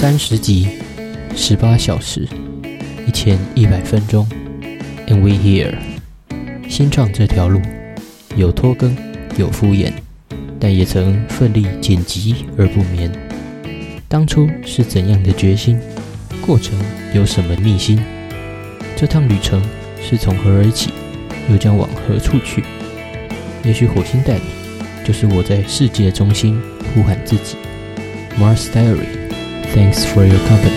30集，18小时，1100分钟 ，and we here。新创这条路，有拖更，有敷衍，但也曾奋力剪辑而不眠。当初是怎样的决心？过程有什么秘辛？这趟旅程是从何而起，又将往何处去？也许火星代理就是我在世界中心呼喊自己。Mars Diary, thanks for your company.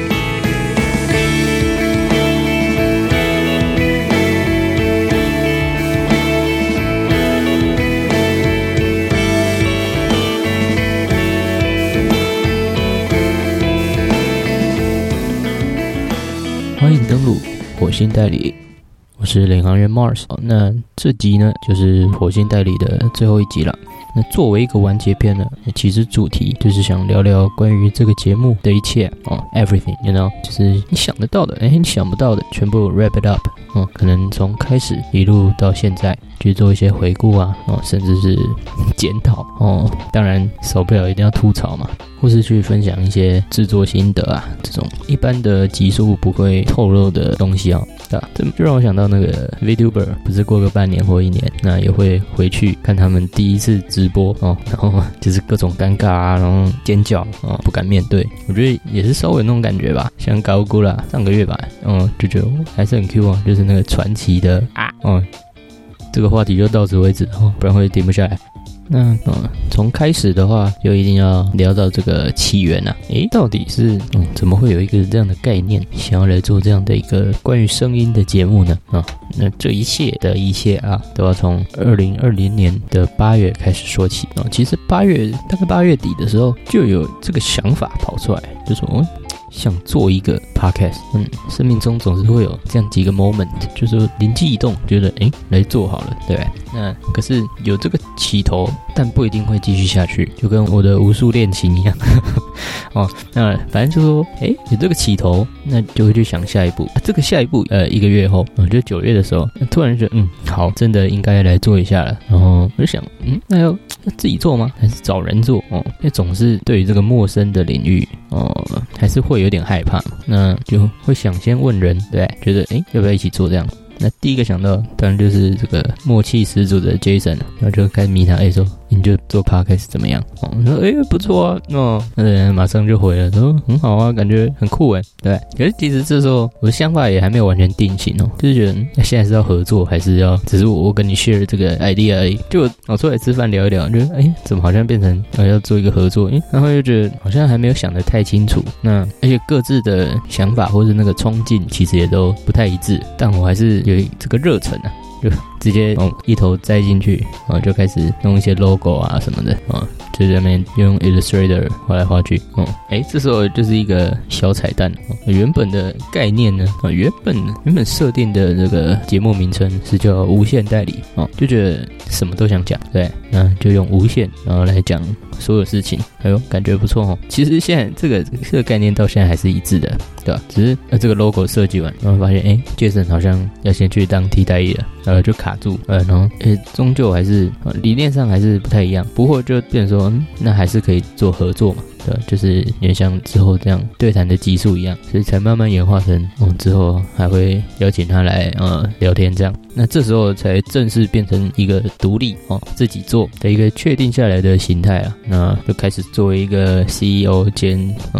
欢迎登录火星代理，我是领航员 Mars。那这集呢，就是火星代理的最后一集了。那作为一个完结篇呢，其实主题就是想聊聊关于这个节目的一切everything, you know， 就是你想得到的，你想不到的，全部 wrap it up。可能从开始一路到现在，去做一些回顾啊，甚至是检讨当然少不了一定要吐槽嘛，或是去分享一些制作心得啊，这种一般的集数不会透露的东西对吧？这就让我想到那个 VTuber， 不是过个半年或1年，那也会回去看他们第一次直播然后就是各种尴尬啊，然后尖叫不敢面对，我觉得也是稍微有那种感觉吧。像高估啦，上个月吧，就觉得还是很 Q 就是那个传奇的这个话题就到此为止不然会停不下来。那从开始的话，就一定要聊到这个起源啊。到底是怎么会有一个这样的概念，想要来做这样的一个关于声音的节目呢？那这一切的一切都要从2020年的8月开始说起其实大概8月底的时候，就有这个想法跑出来，就说想做一个 podcast。生命中总是会有这样几个 moment， 就是灵机一动，觉得来做好了，对不对？那可是有这个起头，但不一定会继续下去，就跟我的无数恋情一样。那反正就说，有这个起头，那就会去想下一步。这个下一步，1个月后，就9月的时候，突然觉得，好，真的应该来做一下了。然后我就想，那要自己做吗？还是找人做？因为总是对于这个陌生的领域，还是会有点害怕，那就会想先问人，对，觉得要不要一起做这样？那第一个想到当然就是这个默契十足的 Jason， 然后就开始迷他，说你就做 podcast 怎么样？我说不错啊，那人马上就回了，说很好啊，感觉很酷对。可是其实这时候我的想法也还没有完全定型就是觉得现在是要合作，还是要只是我跟你 share 这个 idea 而已？就我出来吃饭聊一聊，就怎么好像变成要做一个合作？然后又觉得好像还没有想得太清楚。那而且各自的想法或是那个冲劲，其实也都不太一致，但我还是有这个热忱就直接一头栽进去就开始弄一些 logo 啊什么的就在那边用 Illustrator 画来画去这时候就是一个小彩蛋原本的概念呢原本设定的这个节目名称是叫无限代理就觉得什么都想讲，对，那就用无限然后来讲所有事情，感觉不错其实现在这个概念到现在还是一致的，对吧？只是这个 logo 设计完，然后发现Jason 好像要先去当替代役了，就卡住，然后终究还是理念上还是不太一样，不过就变成说那还是可以做合作嘛，对，就是也像之后这样对谈的集数一样，所以才慢慢演化成之后还会邀请他来聊天这样。那这时候才正式变成一个独立自己做的一个确定下来的形态那就开始作为一个 CEO 兼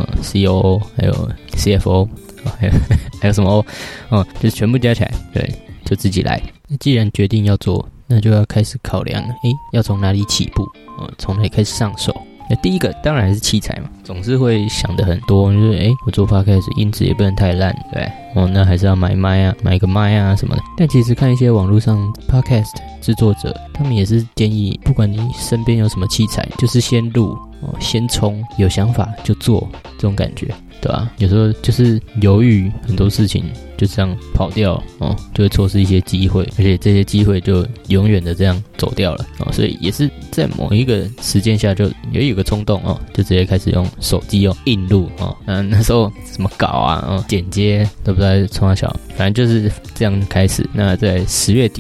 COO 还有 CFO 还有什么就是全部加起来，对，就自己来。那既然决定要做，那就要开始考量要从哪里起步从哪里开始上手。那第一个当然还是器材嘛，总是会想的很多，就是我做 podcast 音质也不能太烂，对，那还是要买麦啊，买个麦啊什么的。但其实看一些网络上 podcast 制作者，他们也是建议，不管你身边有什么器材，就是先录先冲，有想法就做，这种感觉，对吧？有时候就是犹豫很多事情就这样跑掉就会错失一些机会，而且这些机会就永远的这样走掉了所以也是在某一个时间下就有个冲动就直接开始用手机硬录那时候什么稿啊剪接都不知道从哪小，反正就是这样开始。那在10月底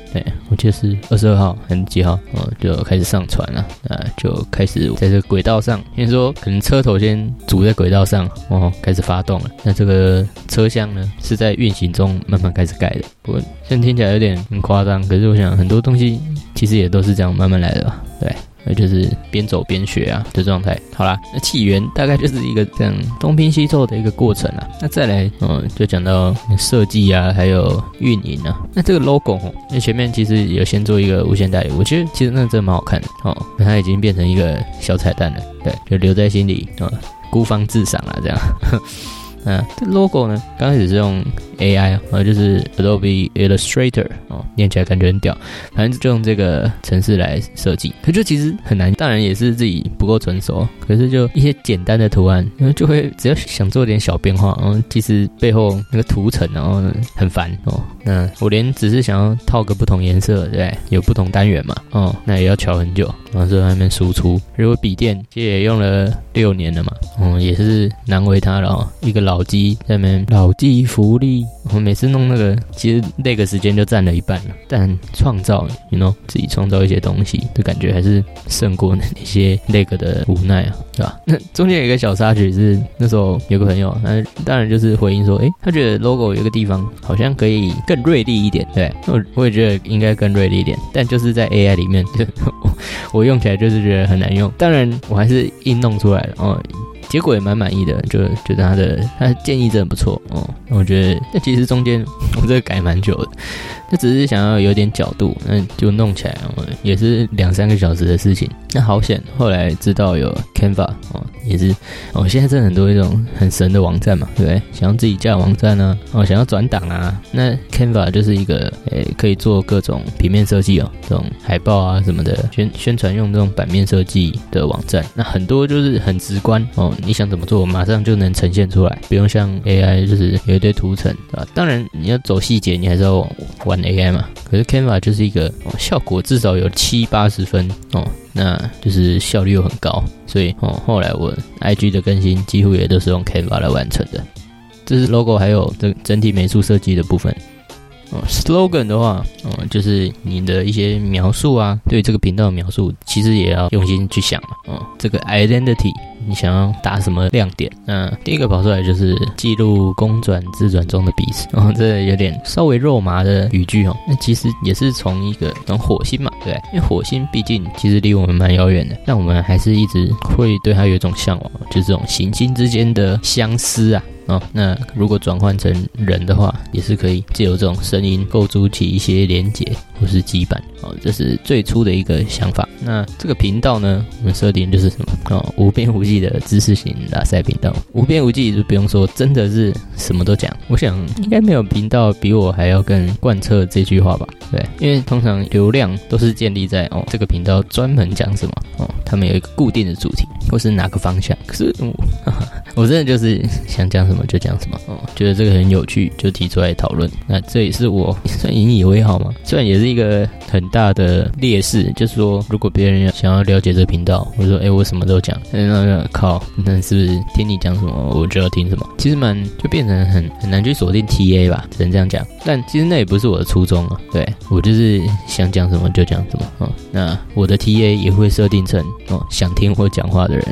对，我记得是22号还是几号，就开始上传了，就开始在这个轨道上，因为说可能车头先组在轨道上，开始发动了。那这个车厢呢是在运行中慢慢开始盖的。不过现在听起来有点很夸张，可是我想很多东西其实也都是这样慢慢来的吧，对。就是边走边学啊的状态。好啦，那起源大概就是一个这样东拼西凑的一个过程啦。那再来，就讲到设计啊，还有运营啊。那这个 logo 那前面其实有先做一个无线代理，我觉得其实那真的蛮好看的那它已经变成一个小彩蛋了，对，就留在心里孤芳自赏啦，这样。这 logo 呢，刚开始是用 AI 就是 Adobe Illustrator 念起来感觉很屌，反正就用这个程式来设计，可就其实很难，当然也是自己不够成熟，可是就一些简单的图案，就会只要想做点小变化，其实背后那个图层很烦那我连只是想要套个不同颜色，对不对？有不同单元嘛，那也要调很久，然后在那边输出。如果笔电其实也用了6年了嘛，也是难为他了一个老机在那边老骥伏枥，我每次弄那个其实那个时间就占了一半了，但创造自己创造一些东西的感觉还是胜过那些那个的无奈啊，对吧？那中间有一个小插曲是那时候有个朋友，当然就是回应说，他觉得 logo 有一个地方好像可以更锐利一点，对，我也觉得应该更锐利一点，但就是在 AI 里面，我用起来就是觉得很难用，当然我还是硬弄出来了结果也蛮满意的，就觉得他的建议真的不错我觉得那其实中间我这个改蛮久的，就只是想要有点角度，那就弄起来也是2-3个小时的事情。那好险，后来知道有 Canva 也是现在真的很多一种很神的网站嘛，对不对？想要自己架网站啊，想要转档啊，那 Canva 就是一个可以做各种平面设计这种海报啊什么的宣传用这种版面设计的网站。那很多就是很直观你想怎么做，马上就能呈现出来，不用像 AI 就是有一堆图层，对吧？当然你要走细节，你还是要玩 AI 嘛。可是 Canva 就是一个效果至少有70-80分那就是效率又很高，所以后来我 IG 的更新几乎也都是用 Canva 来完成的。这是 logo 还有这整体美术设计的部分。slogan 的话就是你的一些描述啊，对这个频道的描述其实也要用心去想嘛这个 identity 你想要打什么亮点。那第一个跑出来就是记录公转自转中的彼此这有点稍微肉麻的语句那其实也是从一个火星嘛，对，因为火星毕竟其实离我们蛮遥远的，但我们还是一直会对它有一种向往，就是这种行星之间的相思啊那如果转换成人的话，也是可以借由这种声音构筑起一些连结或是羁绊这是最初的一个想法。那这个频道呢，我们设定就是什么无边无际的知识型拉塞频道。无边无际就不用说，真的是什么都讲。我想应该没有频道比我还要更贯彻这句话吧？对，因为通常流量都是建立在这个频道专门讲什么他们有一个固定的主题或是哪个方向。可是我真的就是想讲什么就讲什么觉得这个很有趣就提出来讨论。那这也是我算引以为豪嘛，虽然也是一个很大的劣势，就是说如果别人想要了解这个频道，我说我什么都讲，那靠，那是不是听你讲什么我就要听什么？其实就变成很难去锁定 TA 吧，只能这样讲。但其实那也不是我的初衷对，我就是想讲什么就讲什么那我的 TA 也会设定成想听我讲话的人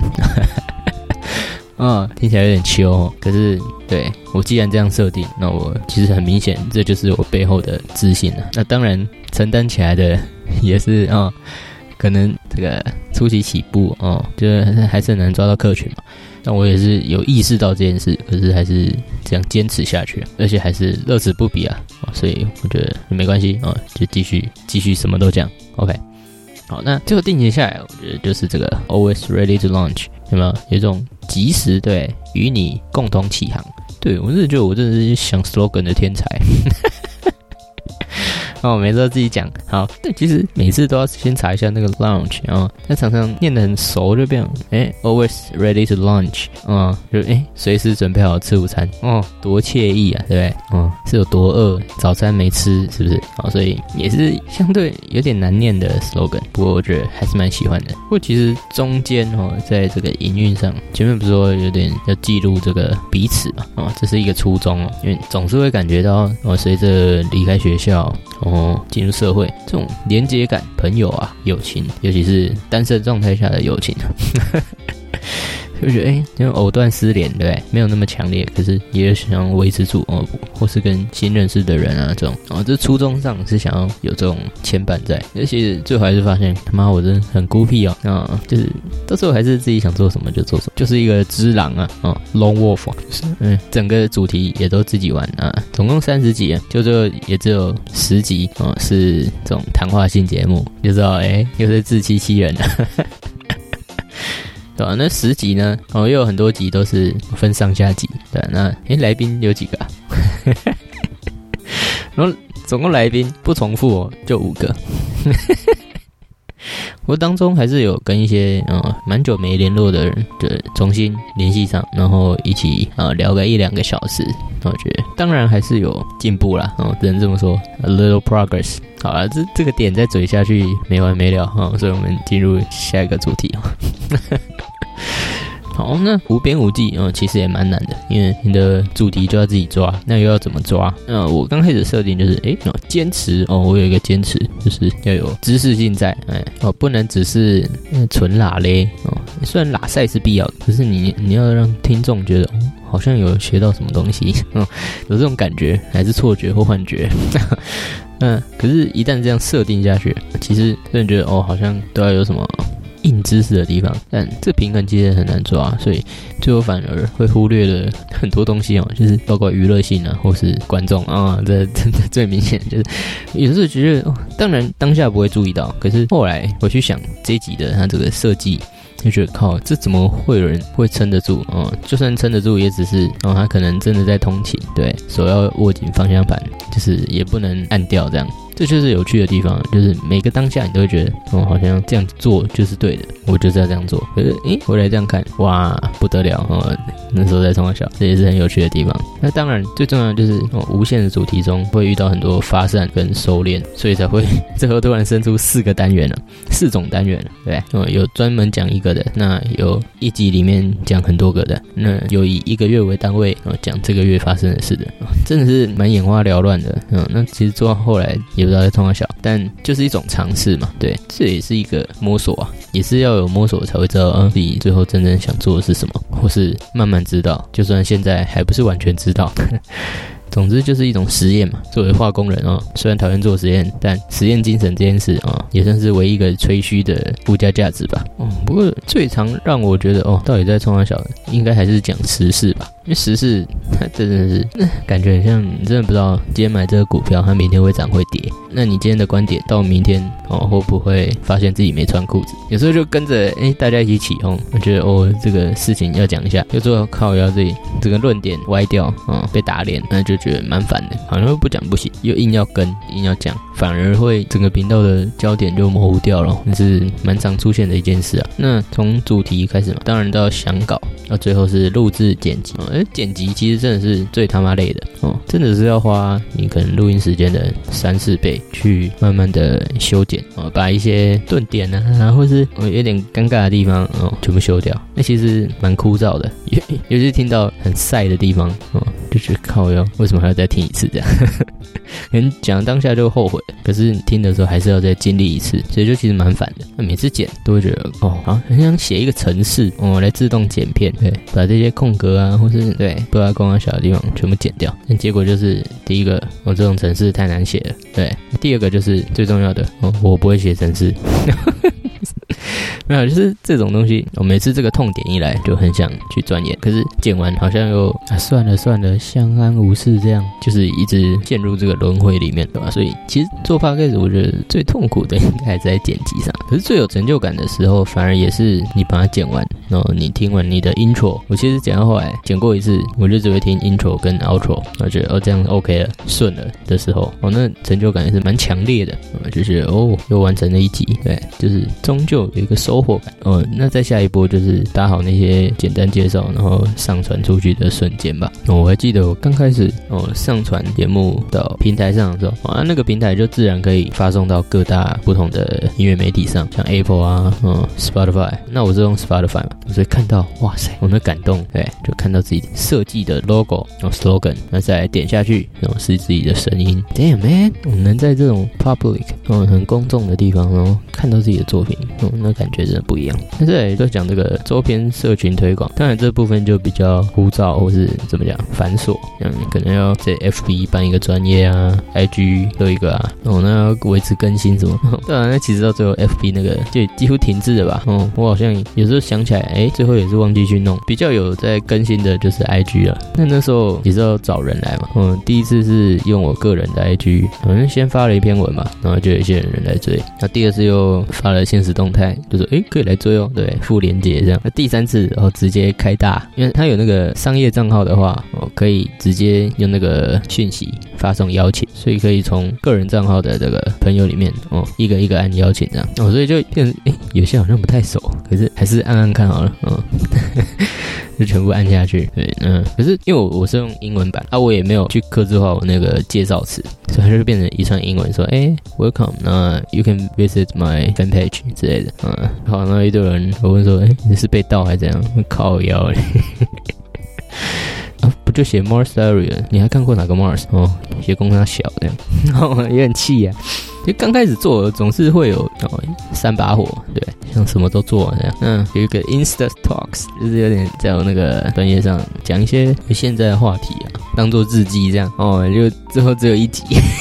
听起来有点秋可是对我既然这样设定，那我其实很明显这就是我背后的自信了。那当然承担起来的也是可能这个初期起步就是还是很难抓到客群嘛。但我也是有意识到这件事，可是还是这样坚持下去，而且还是乐此不疲所以我觉得没关系就继续什么都讲 OK。好，那最后定型下来，我觉得就是这个 always ready to launch， 有没有？有一种及时对与你共同起航。对，我真的觉得我真的是想 slogan 的天才。每次都自己讲好，但其实每次都要先查一下那个 launch， 那常常念得很熟就变always ready to launch， 就随时准备好吃午餐，多惬意啊，对不对？是有多饿，早餐没吃是不是？所以也是相对有点难念的 slogan， 不过我觉得还是蛮喜欢的。不过其实中间在这个营运上，前面不是说有点要记录这个彼此嘛，这是一个初衷因为总是会感觉到随着离开学校， 进入社会，这种连结感、朋友啊、友情，尤其是单身状态下的友情就觉得因为藕断丝连，对不对？没有那么强烈，可是也想维持住或是跟新认识的人啊这种这初衷上是想要有这种牵绊在，而且最后还是发现他妈我真的很孤僻就是到最后还是自己想做什么就做什么，就是一个只狼lone wolf， 就是整个主题也都自己玩总共30集啊，就最后也只有10集是这种谈话性节目，就知道又是自欺欺人了对吧？那10集呢又有很多集都是分上下集，对吧？那来宾有几个啊然后总共来宾不重复就5个不过当中还是有跟一些蛮久没联络的人就重新联系上，然后一起聊个1-2个小时，我觉得当然还是有进步啦只能这么说 ，a little progress。好了，这个点再嘴下去没完没了所以我们进入下一个主题好，那无边无际其实也蛮难的，因为你的主题就要自己抓，那又要怎么抓？我刚开始设定就是坚持我有一个坚持，就是要有知识性在，不能只是纯拉嘞虽然拉赛是必要的，可是你要让听众觉得好像有学到什么东西有这种感觉，还是错觉或幻觉可是一旦这样设定下去，其实真的觉得好像都要有什么硬知识的地方，但这平衡其实很难抓，所以最后反而会忽略了很多东西就是包括娱乐性或是观众这真的最明显，就是有时候觉得当然当下不会注意到，可是后来我去想这一集的它这个设计，就觉得靠，这怎么会有人会撑得住就算撑得住，也只是他可能真的在通勤，对，手要握紧方向盘，就是也不能按掉这样。这就是有趣的地方，就是每个当下你都会觉得好像这样做就是对的，我就是要这样做。可是回来这样看，哇，不得了那时候在冲小，这也是很有趣的地方。那当然最重要的就是无限的主题中会遇到很多发散跟收敛，所以才会最后突然生出4个单元了，4种单元了，对有专门讲一个的，那有一集里面讲很多个的，那有以1个月为单位讲这个月发生的事的，真的是蛮眼花缭乱的那其实做到后来也不知道在冲小，但就是一种尝试嘛，对，这也是一个摸索也是要有摸索才会知道自己最后真正想做的是什么，或是慢慢知道，就算现在还不是完全知道总之就是一种实验嘛。作为化工人虽然讨厌做实验，但实验精神这件事也算是唯一一个吹嘘的附加价值吧。不过最常让我觉得到底在冲小的，应该还是讲时事吧。因为时事它真的是感觉很像你真的不知道今天买这个股票它明天会涨会跌，那你今天的观点到明天会不会发现自己没穿裤子？有时候就跟着大家一起起哄，我觉得这个事情要讲一下，就做靠要自己这个论点歪掉被打脸，那就觉得蛮烦的，好像不讲不行，又硬要跟硬要讲，反而会整个频道的焦点就模糊掉了，那是蛮常出现的一件事啊。那从主题开始嘛，当然到想稿，到最后是录制剪辑剪辑其实真的是最他妈累的真的是要花你可能录音时间的3-4倍去慢慢的修剪把一些顿点或是有点尴尬的地方全部修掉，那其实蛮枯燥的，尤其是听到很晒的地方就觉得靠腰为什么还要再听一次这样可能讲当下就后悔了，可是你听的时候还是要再经历一次，所以就其实蛮烦的。那每次剪都会觉得好很想写一个程式来自动剪片，对，把这些空格或是对不知道光小的地方全部剪掉，但结果就是第一个这种程式太难写了，对，第二个就是最重要的我不会写程式没有，就是这种东西我每次这个痛点一来就很想去钻研，可是剪完好像又算了相安无事，这样就是一直陷入这个轮回里面，对吧？所以其实做 podcast 我觉得最痛苦的应该还是在剪辑上，可是最有成就感的时候反而也是你把它剪完，然后你听完你的 intro， 我其实剪到后来剪过一次，我就只会听 intro 跟 outro， 然后觉得这样 OK 了顺了的时候那成就感也是蛮强烈的，就觉得又完成了一集，对，就是终究有一个收获感那再下一波就是打好那些简单介绍然后上传出去的瞬间吧。我还记得我刚开始上传节目到平台上的时候那个平台就自然可以发送到各大不同的音乐媒体上上，像 Apple 啊，Spotify， 那我是用 Spotify 嘛，所以看到哇塞，我那感动，对，就看到自己设计的 logo slogan， 那再来点下去，是自己的声音 ，Damn man， 我能在这种 public， 很公众的地方，然后看到自己的作品，那感觉真的不一样。那再来就讲这个周边社群推广，当然这部分就比较枯燥，或是怎么讲繁琐，可能要在 FB 办一个专页啊 ，IG 都一个啊，那要维持更新什么，对啊，那其实到最后 FB 那个就几乎停滞了吧，我好像有时候想起来，最后也是忘记去弄，比较有在更新的就是 IG 了。那时候也是要找人来嘛，第一次是用我个人的 IG， 好像先发了一篇文嘛，然后就有一些人来追，那第二次又发了限时动态，就说可以来追哦，对，附连结这样。那第三次直接开大，因为他有那个商业账号的话，可以直接用那个讯息发送邀请，所以可以从个人账号的这个朋友里面一个一个按邀请这样，所以就变成有些好像不太熟，可是还是按按看好了，就全部按下去。对，可是因为我是用英文版啊，我也没有去客制化我那个介绍词，所以它就变成一串英文说，welcome， 那 you can visit my fan page 之类的，好，那一堆人我问说，你是被盗还是怎样？靠腰嘞。不就写 Mars Diary 了？你还看过哪个 Mars？ 写公他小这样，也很气啊。就刚开始做总是会有3把火，对，像什么都做这样。有一个 Insta Talks， 就是有点在我那个专业上讲一些现在的话题啊，当做日记这样。就最后只有1集。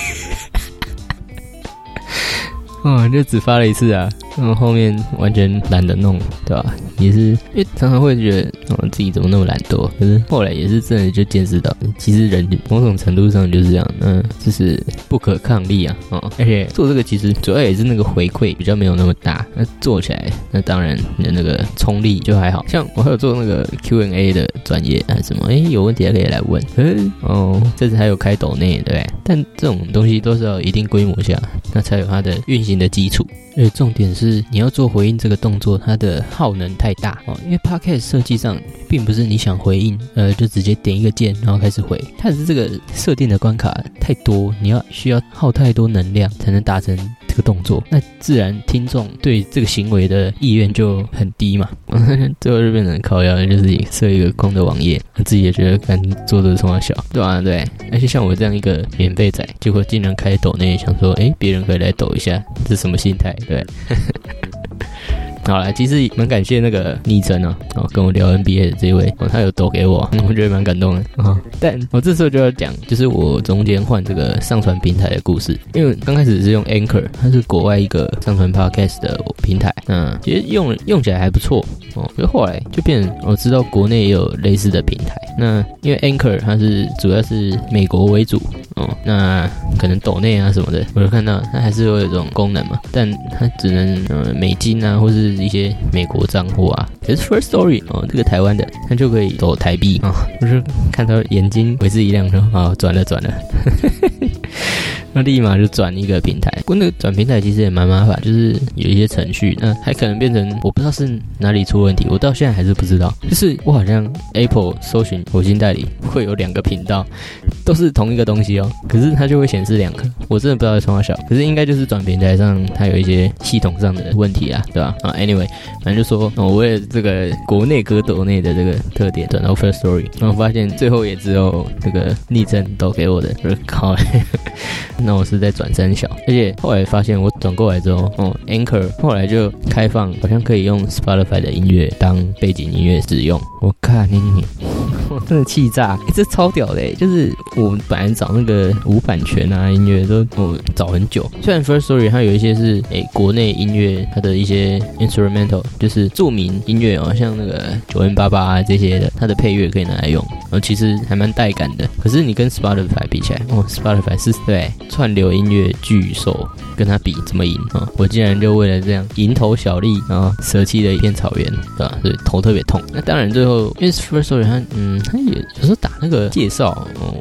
就只发了一次啊，后面完全懒得弄，对吧？也是因为常常会觉得自己怎么那么懒惰，可是后来也是真的就见识到，其实人某种程度上就是这样，就是不可抗力啊，而且做这个其实主要也是那个回馈比较没有那么大，那做起来那当然你的那个冲力就还好。像我还有做那个 Q&A 的专业还是什么，有问题还可以来问，这次还有开抖内，对不对？但这种东西都是要一定规模下，那才有它的运行的基础。而且重点是你要做回应这个动作，它的耗能太大因为 Podcast 设计上并不是你想回应就直接点一个键然后开始回，它是这个设定的关卡太多，你需要耗太多能量才能达成这个动作，那自然听众对这个行为的意愿就很低嘛。最后就变成靠腰，就是设一个空的网页，自己也觉得干做的从小，对吧？对，而且像我这样一个免费仔，结果竟然开抖内，想说别人可以来抖一下，这是什么心态？对。好啦，其实蛮感谢那个昵称跟我聊 NBA 的这一位他有抖给我，我觉得蛮感动的但我这时候就要讲，就是我中间换这个上传平台的故事。因为刚开始是用 Anchor， 它是国外一个上传 Podcast 的平台，其实用起来还不错可后来就变成我知道国内也有类似的平台。那因为 Anchor 它是主要是美国为主那可能抖内啊什么的，我就看到它还是会有这种功能嘛，但它只能美金啊，或是一些美国账户啊。可是 First Story 这个台湾的，它就可以抖台币我就看到眼睛为之一亮，说转了，那立马就转一个平台。不过那个转平台其实也蛮麻烦，就是有一些程序，那还可能变成我不知道是哪里出问题，我到现在还是不知道。就是我好像 Apple 搜寻火星代理会有2个频道，都是同一个东西可是它就会显示2个，我真的不知道从哪小，可是应该就是转平台上它有一些系统上的问题对吧？Anyway， 反正就说我为了这个国内割抖内的这个特点转到 First Story， 然后发现最后也只有这个昵称抖给我的，我就靠那我是在转3小，而且后来发现我转过来之后Anchor 后来就开放好像可以用 Spotify 的音乐当背景音乐使用，我看你我真的气炸这超屌的就是我本来找那个无版权啊音乐都我找很久，虽然 First Story 它有一些是国内音乐它的一些 instrumental 就是著名音乐像那个9M88啊这些的，它的配乐可以拿来用其实还蛮带感的。可是你跟 Spotify 比起来Spotify 是对串流音乐巨兽，跟它比怎么赢我竟然就为了这样蝇头小利舍弃了一片草原，对吧？所以头特别痛。那当然最后因为 First Story 它也有时候打那个介绍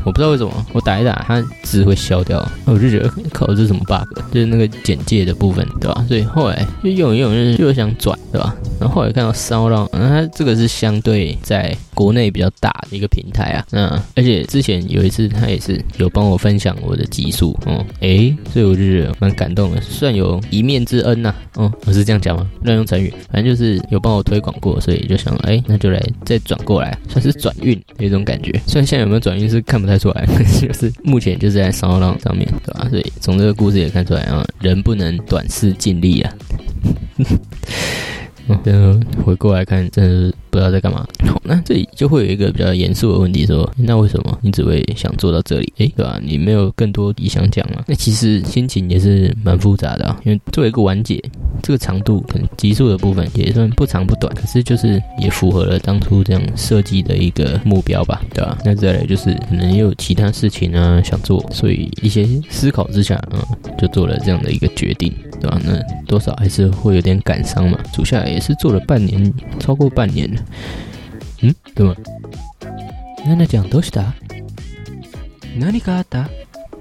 我不知道为什么我打一打它字会消掉，我就觉得靠，这是什么 bug？ 就是那个简介的部分，对吧？所以后来就用一用，就想转，对吧？然后后来看到SoundOn，它这个是相对在国内比较大的一个平台啊。那而且之前有一次他也是有帮我分享我的集数，所以我就觉得蛮感动的，算有一面之恩呐。我是这样讲吗？乱用成语，反正就是有帮我推广过，所以就想那就来再转过来，算是转运有一种感觉。虽然现在有没有转运是看不太出来，就是目前就是在SoundOn上面，对吧？所以从这个故事也看出来人不能短视尽力啊。回过来看，真的是不知道在干嘛。好，那这里就会有一个比较严肃的问题说，那为什么你只会想做到这里？对吧？你没有更多想讲吗？那其实心情也是蛮复杂的啊，因为作为一个完结，这个长度可能集数的部分也算不长不短，可是就是也符合了当初这样设计的一个目标吧，对吧？那再来就是可能也有其他事情啊想做，所以一些思考之下就做了这样的一个决定，对吧？那多少还是会有点感伤嘛，主下来也是做了半年，超过半年了。对吗？娜娜讲どうした？哪里があった？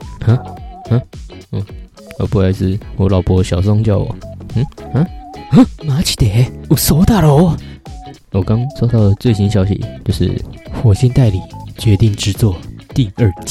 不好意思，我老婆小声叫我。マジで？嘘だろ？我刚收到的最新消息就是火星代理决定制作第2季。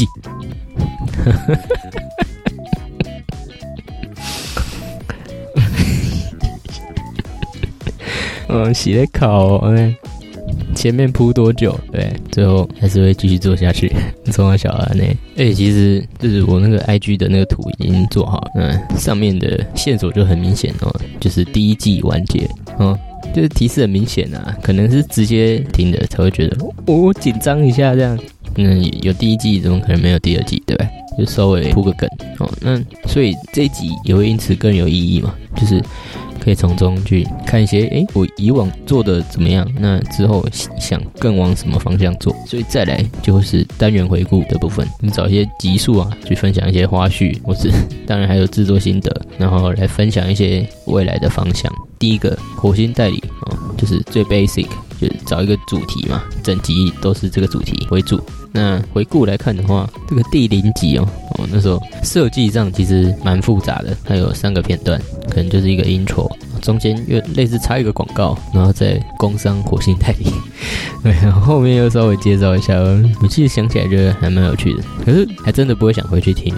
洗了考前面铺多久，对，最后还是会继续做下去，从小啊那。而且其实就是我那个 IG 的那个图已经做好了，上面的线索就很明显就是第1季完结就是提示很明显啊，可能是直接听的才会觉得紧张一下这样。有第1季怎么可能没有第2季，对吧？就稍微铺个梗那所以这一集也会因此更有意义嘛，就是可以从中去看一些我以往做的怎么样，那之后想更往什么方向做，所以再来就是单元回顾的部分，你找一些集数啊去分享一些花絮，或是当然还有制作心得，然后来分享一些未来的方向。第一个火星代理就是最 basic， 就是找一个主题嘛，整集都是这个主题为主。那回顾来看的话，这个第0集那时候设计上其实蛮复杂的，它有3个片段，可能就是一个 intro， 中间又类似插一个广告，然后再工商火星代理，对，然后后面又稍微介绍一下，我其实想起来觉得还蛮有趣的，可是还真的不会想回去听。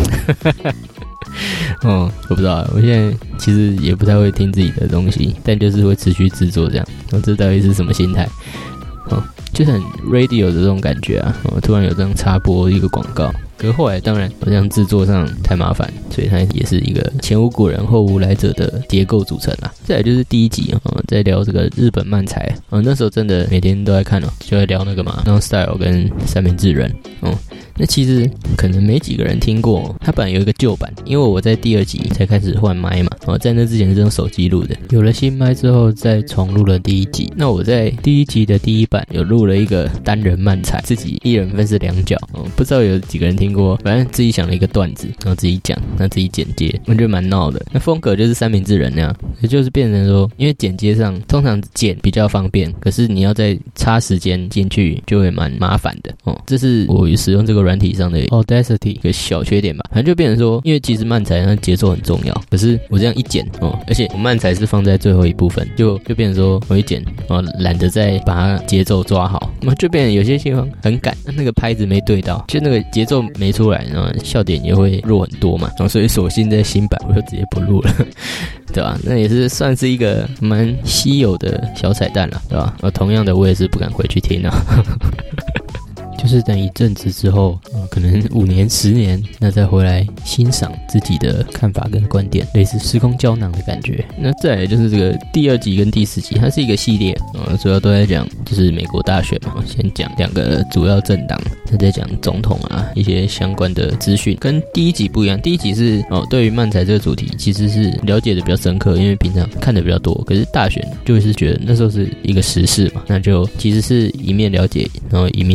我不知道，我现在其实也不太会听自己的东西，但就是会持续制作这样。这到底是什么心态？就是很 radio 的这种感觉啊！突然有这样插播一个广告，可是后来当然好像制作上太麻烦，所以它也是一个前无古人后无来者的结构组成啦。再来就是第1集在聊这个日本漫才那时候真的每天都在看就在聊那个嘛 Non-Style 跟三明治人那其实可能没几个人听过，它本来有一个旧版，因为我在第2集才开始换麦嘛在那之前是用手机录的，有了新麦之后再重录了第1集。那我在第1集的第1版有录了一个单人漫才，自己一人分饰2角不知道有几个人听过，反正自己想了一个段子，然后自己讲，然后自己剪接，我觉得蛮闹的。那风格就是三明治人那样，也就是变成说，因为剪接上通常剪比较方便，可是你要再插时间进去就会蛮麻烦的这是我使用这个软体上的 Audacity 一个小缺点吧。反正就变成说，因为其实漫才它节奏很重要，可是我这样一剪而且我漫才是放在最后一部分，就变成说我一剪懒得再把它节奏抓好，那就变成有些地方很赶，那个拍子没对到，就那个节奏没出来，然后笑点也会弱很多嘛所以索性在新版我就直接不录了对吧？那也是算是一个蛮稀有的小彩蛋啦，对吧？同样的我也是不敢回去听就是等一阵子之后可能5年10年，那再回来欣赏自己的看法跟观点，类似时空胶囊的感觉。那再来就是这个第2集跟第4集，它是一个系列主要都在讲就是美国大选嘛，先讲2个主要政党，再在讲总统啊一些相关的资讯，跟第1集不一样。第1集是对于漫才这个主题其实是了解的比较深刻，因为平常看的比较多，可是大选就会是觉得那时候是一个时事嘛，那就其实是一面了解，然后一面去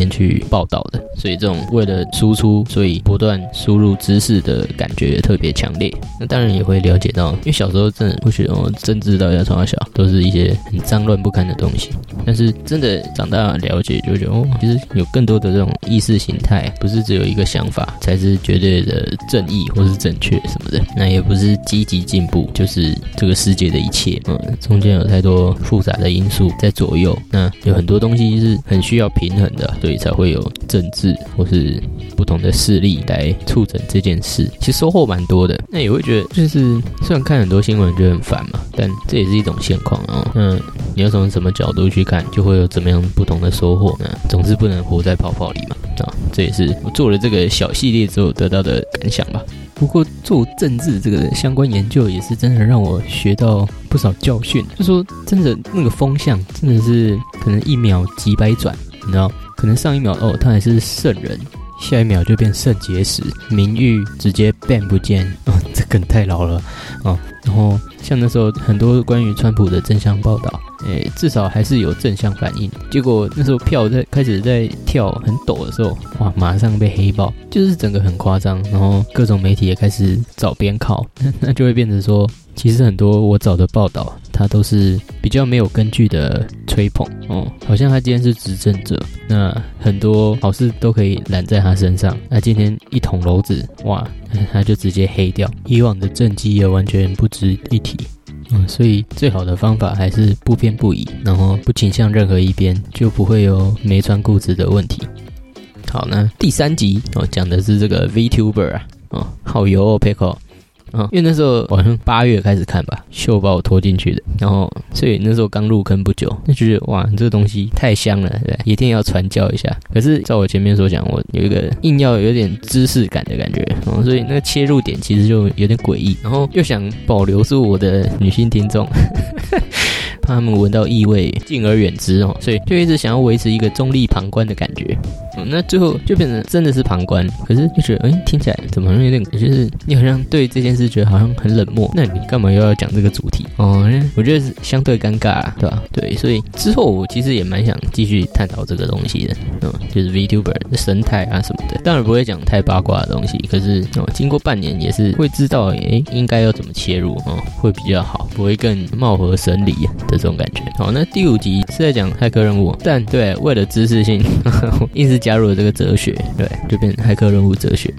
报道的，所以这种为了输出，所以不断输入知识的感觉也特别强烈。那当然也会了解到，因为小时候真的会觉得政治到底要从小都是一些很脏乱不堪的东西，但是真的长大了解就会觉得其实有更多的这种意识形态，不是只有一个想法才是绝对的正义或是正确什么的，那也不是积极进步就是这个世界的一切，中间有太多复杂的因素在左右，那有很多东西是很需要平衡的，所以才会有政治或是不同的势力来促成这件事。其实收获蛮多的，那也会觉得就是虽然看很多新闻觉得很烦嘛，但这也是一种现况你要从什么角度去看，就会有怎么样不同的收获。总之不能活在泡泡里嘛，这也是我做了这个小系列之后得到的感想吧。不过做政治这个相关研究也是真的让我学到不少教训，就说真的那个风向真的是可能一秒几百转，你知道，可能上一秒他还是圣人，下一秒就变肾结石，名誉直接 ban 不见这梗太老了然后像那时候很多关于川普的正向报道，至少还是有正向反应。结果那时候票开始在跳很陡的时候，哇，马上被黑爆，就是整个很夸张。然后各种媒体也开始找边靠，那就会变成说，其实很多我找的报道，它都是比较没有根据的吹捧好像他今天是执政者，那很多好事都可以揽在他身上，那今天一捅娄子，哇，他就直接黑掉，以往的政绩也完全不值一提。所以最好的方法还是不偏不倚，然后不倾向任何一边，就不会有没穿裤子的问题。好，那第3集讲的是这个 VTuber 好油Pickle。因为那时候好像8月开始看吧，秀把我拖进去的，然后所以那时候刚入坑不久，就觉得哇，这个东西太香了，对，一定要传教一下。可是照我前面所讲，我有一个硬要有点知识感的感觉，所以那个切入点其实就有点诡异，然后又想保留住我的女性听众怕他们闻到异味敬而远之所以就一直想要维持一个中立旁观的感觉。那最后就变成真的是旁观，可是就觉得听起来怎么好像有点，就是你好像对这件事觉得好像很冷漠，那你干嘛又要讲这个主题我觉得是相对尴尬啦，对吧？对，所以之后我其实也蛮想继续探讨这个东西的就是 VTuber 的生态啊什么的，当然不会讲太八卦的东西，可是经过半年也是会知道应该要怎么切入会比较好，不会更貌合神离的这种感觉。好，那第5集是在讲骇客任务，但对，为了知识性硬是加入了这个哲学，对，就变成骇客任务哲学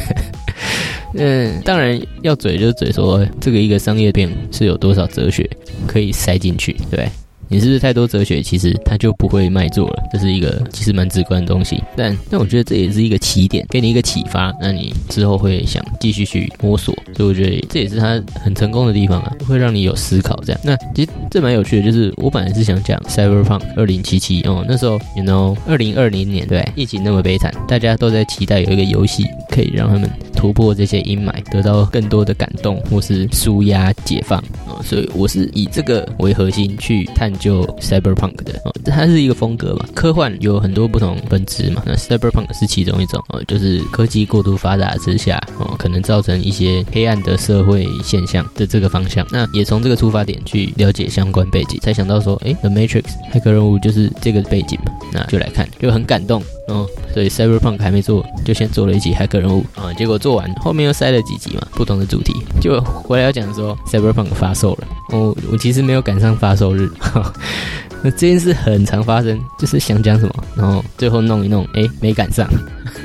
当然要嘴就是嘴说这个一个商业片是有多少哲学可以塞进去，对不对？你是不是太多哲学，其实它就不会卖座了，这是一个其实蛮直观的东西。但我觉得这也是一个起点，给你一个启发，那你之后会想继续去摸索，所以我觉得这也是它很成功的地方会让你有思考这样。那其实这蛮有趣的，就是我本来是想讲 Cyberpunk 2077那时候 2020年对，疫情那么悲惨，大家都在期待有一个游戏可以让他们突破这些阴霾，得到更多的感动或是抒压解放所以我是以这个为核心去探究 Cyberpunk 的它是一个风格嘛，科幻有很多不同本质嘛，那 Cyberpunk 是其中一种就是科技过度发达之下可能造成一些黑暗的社会现象的这个方向。那也从这个出发点去了解相关背景，才想到说The Matrix 骇客任务就是这个背景嘛，那就来看，就很感动所以 Cyberpunk 还没做，就先做了一集骇客任务结果做完后面又塞了几集嘛，不同的主题，就回来要讲说 Cyberpunk 发售了我其实没有赶上发售日那这件事很常发生，就是想讲什么然后最后弄一弄没赶上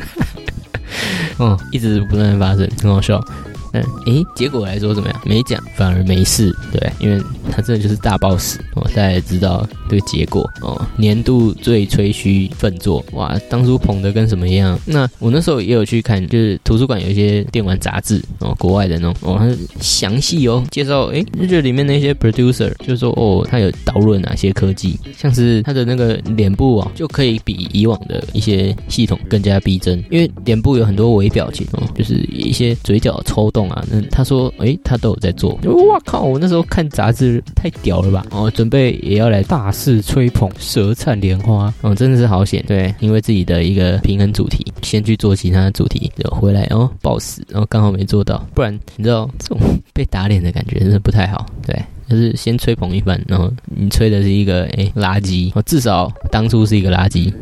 一直不断的发生，很好笑。结果来说怎么样？没讲反而没事，对，因为他真的就是大爆死大家也知道这个结果年度最吹嘘粪作，哇，当初捧的跟什么一样。那我那时候也有去看，就是图书馆有一些电玩杂志国外的那种它详细介绍这里面那些 producer 就是说他有导论哪些科技，像是他的那个脸部就可以比以往的一些系统更加逼真，因为脸部有很多微表情就是一些嘴角抽动那他说他都有在做，哇靠，我那时候看杂志太屌了吧准备也要来大肆吹捧舌灿莲花真的是好险，对，因为自己的一个平衡主题先去做其他的主题，就回来爆死，然后刚好没做到，不然你知道这种被打脸的感觉真的不太好，对，就是先吹捧一番，然后你吹的是一个垃圾至少当初是一个垃圾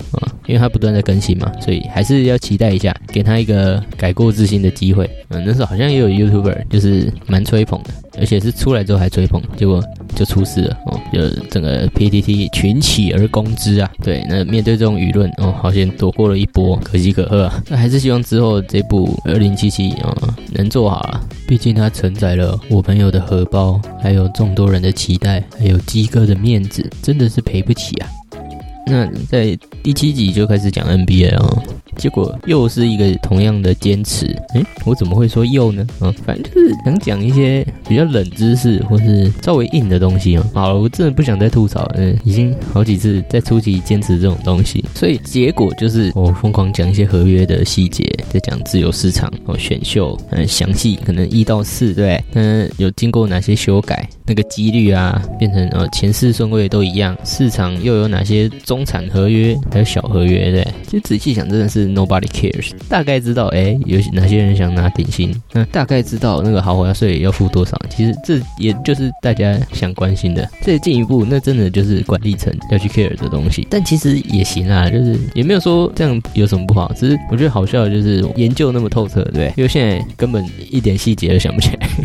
因为他不断在更新嘛，所以还是要期待一下，给他一个改过自新的机会。那时候好像也有 YouTuber 就是蛮吹捧的，而且是出来之后还吹捧，结果就出事了就整个 PTT 群起而攻之啊。对，那面对这种舆论好像躲过了一波，可喜可贺啊。那还是希望之后这部2077能做好啊，毕竟它承载了我朋友的荷包，还有众多人的期待，还有鸡哥的面子，真的是赔不起啊。那在第7集就开始讲 NBA 了结果又是一个同样的坚持。我怎么会说又呢？反正就是想讲一些比较冷知识或是稍微硬的东西好了，我真的不想再吐槽了，已经好几次在初期坚持这种东西，所以结果就是我疯狂讲一些合约的细节，在讲自由市场选秀详细，可能1到4对，有经过哪些修改，那个几率啊变成前4顺位都一样，市场又有哪些中产合约还有小合约对，其实仔细想真的是 nobody cares。 大概知道有哪些人想拿顶薪，那大概知道那个豪华税要付多少，其实这也就是大家想关心的。再进一步那真的就是管理层要去 care 的东西，但其实也行啦，就是也没有说这样有什么不好，只是我觉得好笑的就是研究那么透彻对，因为现在根本一点细节都想不起来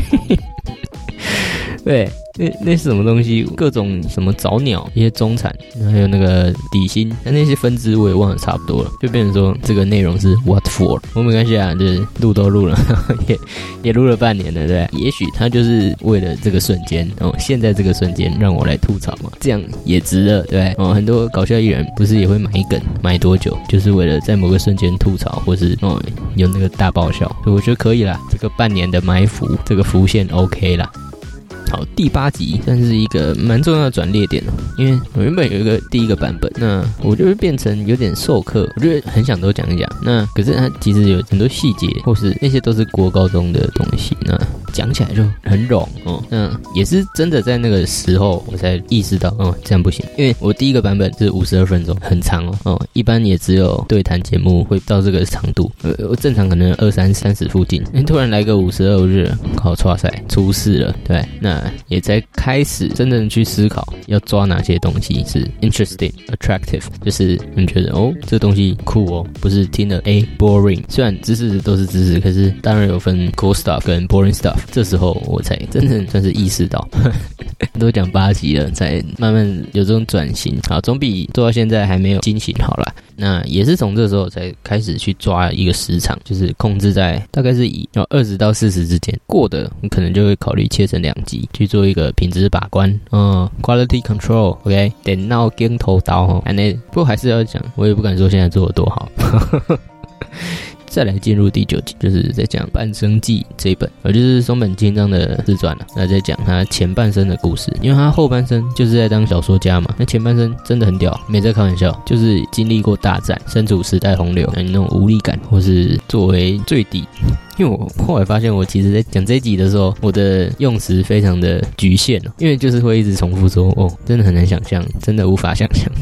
对，那是什么东西？各种什么早鸟，一些中产，还有那个底薪，那些分支我也忘得差不多了，就变成说这个内容是 what for。我没关系啊，就是录都录了，也录了半年了，对。也许他就是为了这个瞬间现在这个瞬间让我来吐槽嘛，这样也值了，对。很多搞笑艺人不是也会买梗买多久，就是为了在某个瞬间吐槽，或是有那个大爆笑，所以我觉得可以啦。这个半年的埋伏，这个浮现 OK 啦。好，第8集算是一个蛮重要的转捩点因为我原本有一个第1个版本，那我就会变成有点授课，我觉得很想都讲一讲。那可是它其实有很多细节，或是那些都是国高中的东西，那讲起来就很冗那也是真的在那个时候我才意识到这样不行，因为我第1个版本是52分钟，很长一般也只有对谈节目会到这个长度，我正常可能30附近，突然来个52，我就觉得靠，哇塞，出事了，对。那也才开始真正去思考要抓哪些东西是 interesting attractive， 就是你觉得这东西酷不是听了boring。虽然知识都是知识，可是当然有分 cool stuff 跟 boring stuff， 这时候我才真正算是意识到都讲8集了，才慢慢有这种转型。好，总比做到现在还没有惊醒好啦。那也是从这时候才开始去抓一个时长，就是控制在大概是以20到40之间，过的你可能就会考虑切成2集去做一个品质把关quality control OK， 电脑镜头刀不过还是要讲，我也不敢说现在做得多好再来进入第9集，就是在讲《半生记》这一本，就是松本清张的自传了。那在讲他前半生的故事，因为他后半生就是在当小说家嘛，那前半生真的很屌，没在开玩笑，就是经历过大战，身处时代洪流，那种无力感，或是作为最底。因为我后来发现，我其实在讲这一集的时候，我的用词非常的局限因为就是会一直重复说真的很难想象，真的无法想象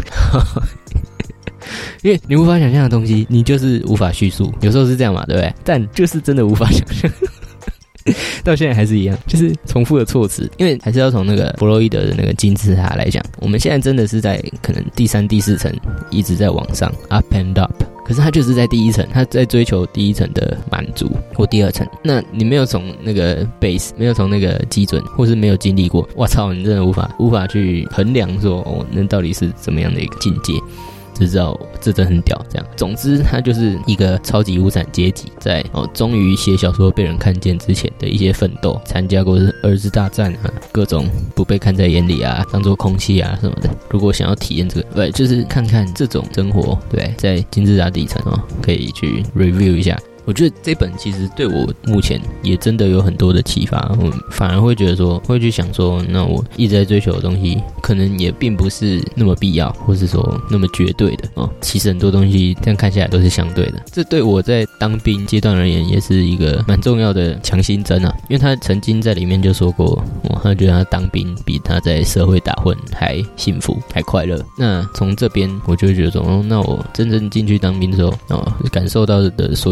因为你无法想象的东西，你就是无法叙述，有时候是这样嘛，对不对？但就是真的无法想象到现在还是一样，就是重复的措辞。因为还是要从那个弗洛伊德的那个金字塔来讲，我们现在真的是在可能第3、第4层一直在往上 up and up，可是他就是在第1层，他在追求第1层的满足，或第2层。那你没有从那个 base， 没有从那个基准，或是没有经历过，哇操，你真的无法去衡量说那到底是怎么样的一个境界。只知道这真的很屌，这样。总之，他就是一个超级无产阶级，在终于写小说被人看见之前的一些奋斗，参加过二次大战各种不被看在眼里当作空气什么的。如果想要体验这个，对，就是看看这种生活，对，在金字塔底层可以去 review 一下。我觉得这本其实对我目前也真的有很多的启发，我反而会觉得说，会去想说，那我一直在追求的东西，可能也并不是那么必要，或是说那么绝对的其实很多东西这样看下来都是相对的。这对我在当兵阶段而言，也是一个蛮重要的强心针因为他曾经在里面就说过，他觉得他当兵比他在社会打混还幸福，还快乐。那从这边我就会觉得说，那我真正进去当兵的时候，感受到的所有不适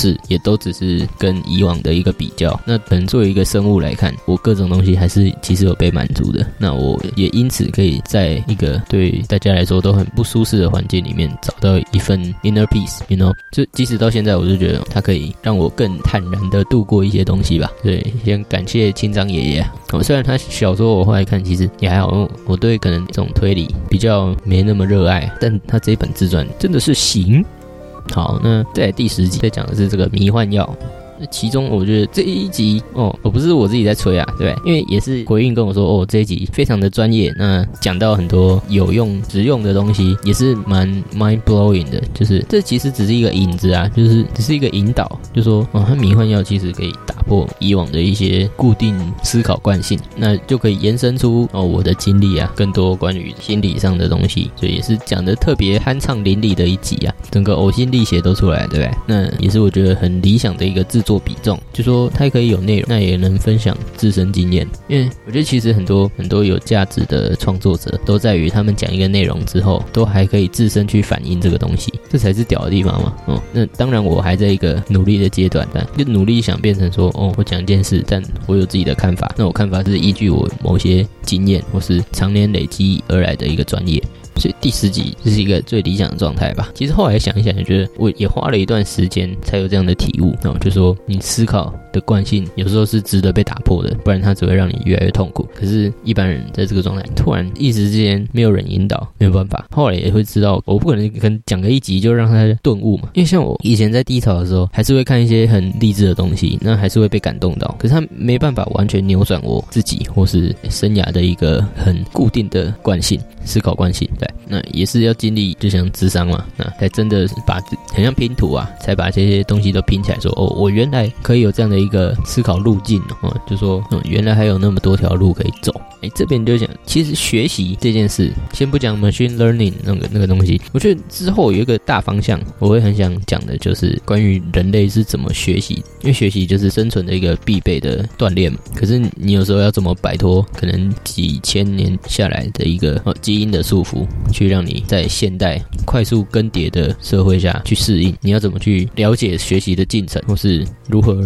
式也都只是跟以往的一个比较。那可能作为一个生物来看，我各种东西还是其实有被满足的。那我也因此可以在一个对大家来说都很不舒适的环境里面找到一份 inner peace， you know， 就即使到现在，我就觉得它可以让我更坦然的度过一些东西吧。对，先感谢亲长爷爷。虽然他小说我后来看其实也还好，我对可能这种推理比较没那么热爱，但他这一本自传真的是行。好，那在第10集在讲的是这个迷幻药。其中我觉得这一集我不是我自己在吹啊，对不对？因为也是回应跟我说这一集非常的专业，那讲到很多有用实用的东西，也是蛮 mind blowing 的。就是这其实只是一个引子啊，就是只是一个引导，就说它迷幻药其实可以打破以往的一些固定思考惯性，那就可以延伸出我的经历啊，更多关于心理上的东西，所以也是讲的特别酣畅淋漓的一集啊，整个呕心沥血都出来，对不对？那也是我觉得很理想的一个制作比重，就说它可以有内容，那也能分享自身经验。因为我觉得其实很多有价值的创作者都在于他们讲一个内容之后，都还可以自身去反映这个东西，这才是屌的地方嘛。那当然我还在一个努力的阶段，就努力想变成说我讲一件事，但我有自己的看法，那我看法是依据我某些经验或是常年累积而来的一个专业。所以第10集这是一个最理想的状态吧。其实后来想一想，觉得我也花了一段时间才有这样的体悟。就说你思考的惯性有时候是值得被打破的，不然它只会让你越来越痛苦。可是一般人在这个状态，突然一时之间没有人引导，没有办法。后来也会知道，我不可能讲个1集就让他顿悟嘛。因为像我以前在低潮的时候，还是会看一些很励志的东西，那还是会被感动到。可是他没办法完全扭转我自己或是生涯的一个很固定的惯性，思考惯性。对，那也是要经历，就像諮商嘛，那才真的把很像拼图啊，才把这些东西都拼起来说，我原来可以有这样的一个思考路径就说原来还有那么多条路可以走。这边就讲，其实学习这件事，先不讲 machine learning 那个东西，我觉得之后有一个大方向，我会很想讲的就是关于人类是怎么学习，因为学习就是生存的一个必备的锻炼嘛。可是你有时候要怎么摆脱可能几千年下来的一个基因的束缚，去让你在现代快速更迭的社会下去适应，你要怎么去了解学习的进程，或是如何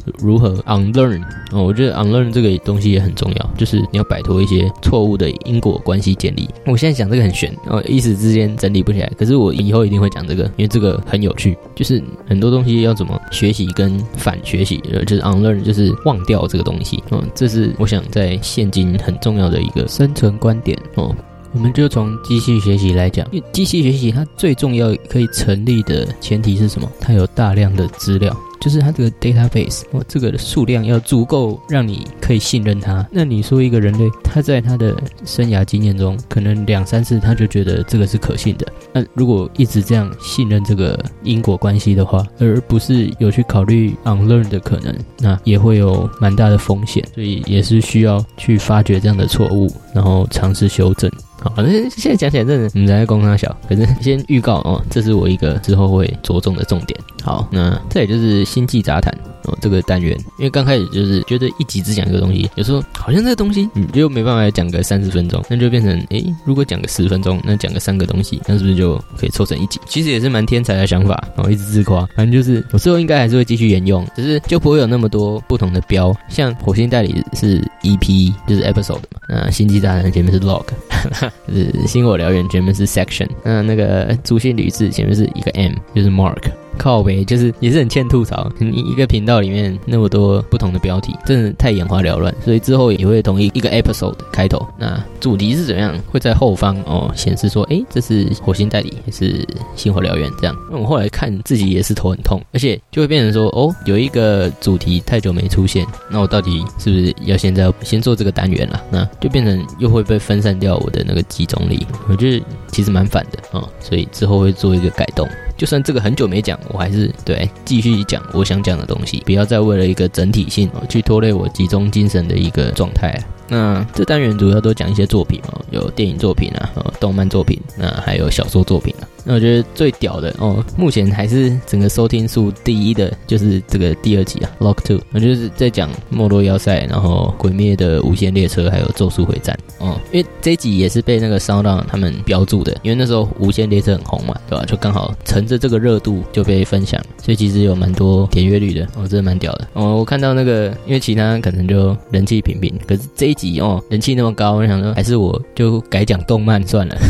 unlearn。我觉得 unlearn 这个东西也很重要，就是你要摆脱一些错误的因果关系建立。我现在讲这个很玄一时之间整理不起来，可是我以后一定会讲这个，因为这个很有趣。就是很多东西要怎么学习跟反学习，就是 unlearn 就是忘掉这个东西这是我想在现今很重要的一个生存观点我们就从机器学习来讲，因为机器学习它最重要可以成立的前提是什么？它有大量的资料，就是它这个 database 这个数量要足够让你可以信任它。那你说一个人类，他在他的生涯经验中，可能2-3次他就觉得这个是可信的。那如果一直这样信任这个因果关系的话，而不是有去考虑 unlearn 的可能，那也会有蛮大的风险。所以也是需要去发掘这样的错误，然后尝试修正。好，那现在讲起来真的我们在攻他小，可是先预告这是我一个之后会着重的重点。好，那这也就是星际杂谈这个单元，因为刚开始就是觉得一集只讲一个东西，有时候好像这个东西你就没办法讲个30分钟，那就变成如果讲个10分钟，那讲个3个东西，那是不是就可以凑成一集？其实也是蛮天才的想法一直自夸。反正就是我之后应该还是会继续沿用，只是就不会有那么多不同的标，像火星代理是 EP 就是 episode 嘛，那星际杂谈前面是 log 就是星火燎原前面是 section， 那个朱熹吕雉前面是一个 M 就是 mark。靠北就是也是很欠吐槽，你一个频道里面那么多不同的标题，真的太眼花缭乱，所以之后也会同一个 episode 开头，那主题是怎么样会在后方显示说这是火星代理还是星火燎原这样。那我后来看自己也是头很痛，而且就会变成说有一个主题太久没出现，那我到底是不是要现在先做这个单元啦？那就变成又会被分散掉我的那个集中力，我觉得其实蛮烦的所以之后会做一个改动。就算这个很久没讲，我还是继续讲我想讲的东西，不要再为了一个整体性去拖累我集中精神的一个状态那这单元主要都讲一些作品哦，有电影作品啊，动漫作品，那还有小说作品啊。那我觉得最屌的哦，目前还是整个收听数第一的，就是这个第2集啊 ，Lock 2，我就是在讲莫洛要塞，然后鬼灭的无限列车，还有咒术回战哦。因为这一集也是被那个 SoundOn 他们标注的，因为那时候无限列车很红嘛，对吧？就刚好乘着这个热度就被分享，所以其实有蛮多点阅率的哦，真的蛮屌的哦。我看到那个，因为其他可能就人气平平，可是这一集哦人气那么高，我想说还是我就改讲动漫算了。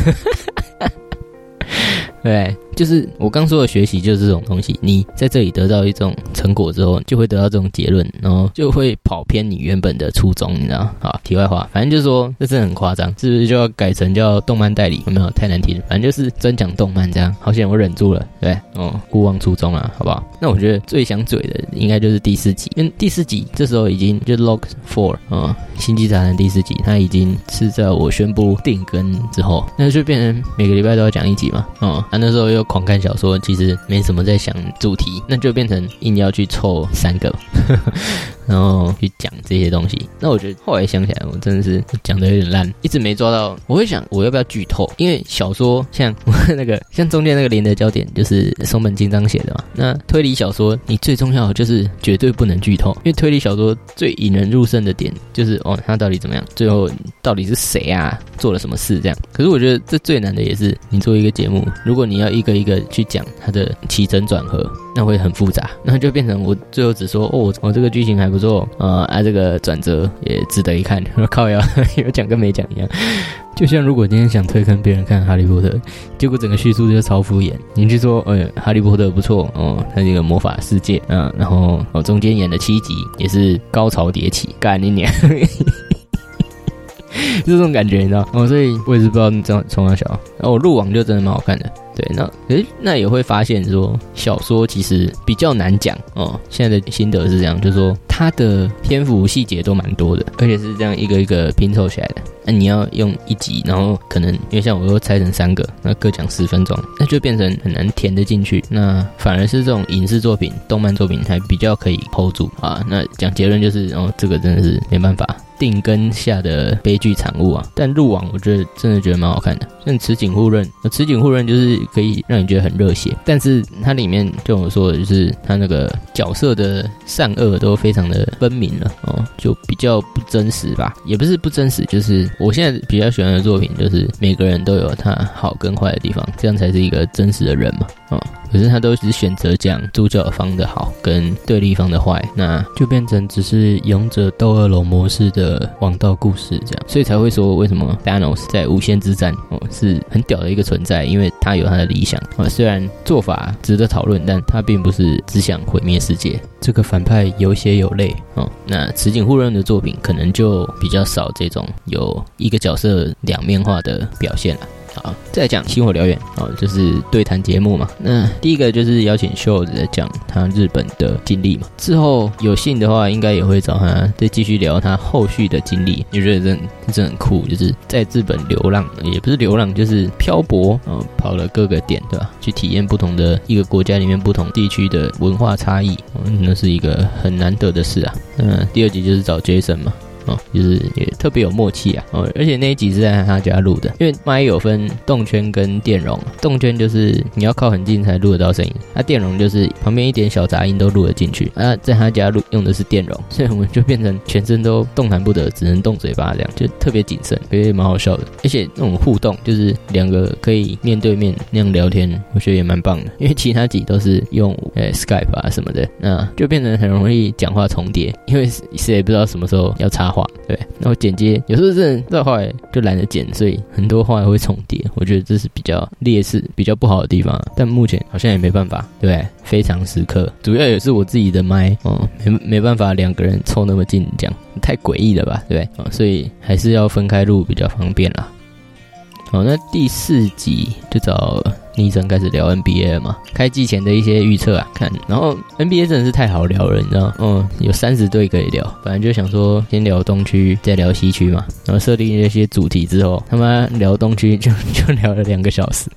对，就是我刚说的学习就是这种东西，你在这里得到一种成果之后，就会得到这种结论，然后就会跑偏你原本的初衷，你知道？好，题外话，反正就是说这真的很夸张，是不是就要改成叫动漫代理？有没有太难听？反正就是专讲动漫这样。好险我忍住了，对，勿忘初衷啊，好不好？那我觉得最想嘴的应该就是第4集，因为第4集这时候已经就 Log 4星际杂谈第4集，它已经是在我宣布定更之后，那就变成每个礼拜都要讲1集嘛，那时候又狂看小说，其实没什么在想主题，那就变成硬要去凑3个然后去讲这些东西。那我觉得后来想起来，我真的是讲得有点烂，一直没抓到。我会想我要不要剧透，因为小说像像中间那个连的焦点就是松本清张写的嘛。那推理小说你最重要的就是绝对不能剧透，因为推理小说最引人入胜的点就是他到底怎么样，最后到底是谁啊做了什么事这样。可是我觉得这最难的也是你做一个节目，如果你要一个一个去讲它的起承转合，那会很复杂，那就变成我最后只说我这个剧情还不错这个转折也值得一看，靠腰有讲跟没讲一样。就像如果今天想推坑别人看哈利波特，结果整个叙述就超敷衍，你去说哈利波特不错它这个魔法世界然后中间演的7集也是高潮迭起，干你娘就这种感觉你知道所以我也是不知道这样从哪小入网就真的蛮好看的。对，那也会发现说小说其实比较难讲现在的心得是这样，就是说它的篇幅细节都蛮多的，而且是这样一个一个拼凑起来的。那你要用1集，然后可能因为像我又拆成3个，那各讲10分钟，那就变成很难填得进去。那反而是这种影视作品、动漫作品还比较可以 hold 住啊。那讲结论就是这个真的是没办法。定根下的悲剧产物啊，但入网我真的觉得蛮好看的。像此景互认就是可以让你觉得很热血，但是它里面就我说的就是它那个角色的善恶都非常的分明了就比较不真实吧，也不是不真实，就是我现在比较喜欢的作品就是每个人都有他好跟坏的地方，这样才是一个真实的人嘛可是他都只选择讲主角方的好跟对立方的坏，那就变成只是勇者斗恶龙模式的王道故事这样，所以才会说为什么 Thanos 在无限之战是很屌的一个存在，因为他有他的理想虽然做法值得讨论，但他并不是只想毁灭世界。这个反派有血有泪那此景互认的作品可能就比较少这种有一个角色两面化的表现了。好，再来讲星火燎原就是对谈节目嘛。那第一个就是邀请秀子讲他日本的经历嘛，之后有幸的话应该也会找他再继续聊他后续的经历。我觉得真的很酷，就是在日本流浪，也不是流浪，就是漂泊跑了各个点，对吧？去体验不同的一个国家里面不同地区的文化差异那是一个很难得的事啊。第2集就是找 Jason 嘛。就是也特别有默契啊而且那一集是在他家录的，因为麦有分动圈跟电容，动圈就是你要靠很近才录得到声音，电容就是旁边一点小杂音都录得进去在他家录用的是电容，所以我们就变成全身都动弹不得，只能动嘴巴这样，就特别谨慎，所以蛮好笑的。而且那种互动就是2个可以面对面那样聊天，我觉得也蛮棒的，因为其他集都是用Skype 啊什么的，那就变成很容易讲话重叠，因为谁也不知道什么时候要插话，对，然后剪接有时候真的到后来就懒得剪，所以很多话会重叠，我觉得这是比较劣势比较不好的地方但目前好像也没办法，对不对？非常时刻主要也是我自己的麦没办法2个人凑那么近，这样太诡异了吧，对不对所以还是要分开录比较方便啦。那第4集就找倪晨开始聊 NBA 了嘛，开季前的一些预测看，然后 NBA 真的是太好聊了，你知道有30队可以聊，本来就想说先聊东区再聊西区嘛，然后设定一些主题之后，他妈聊东区就聊了2个小时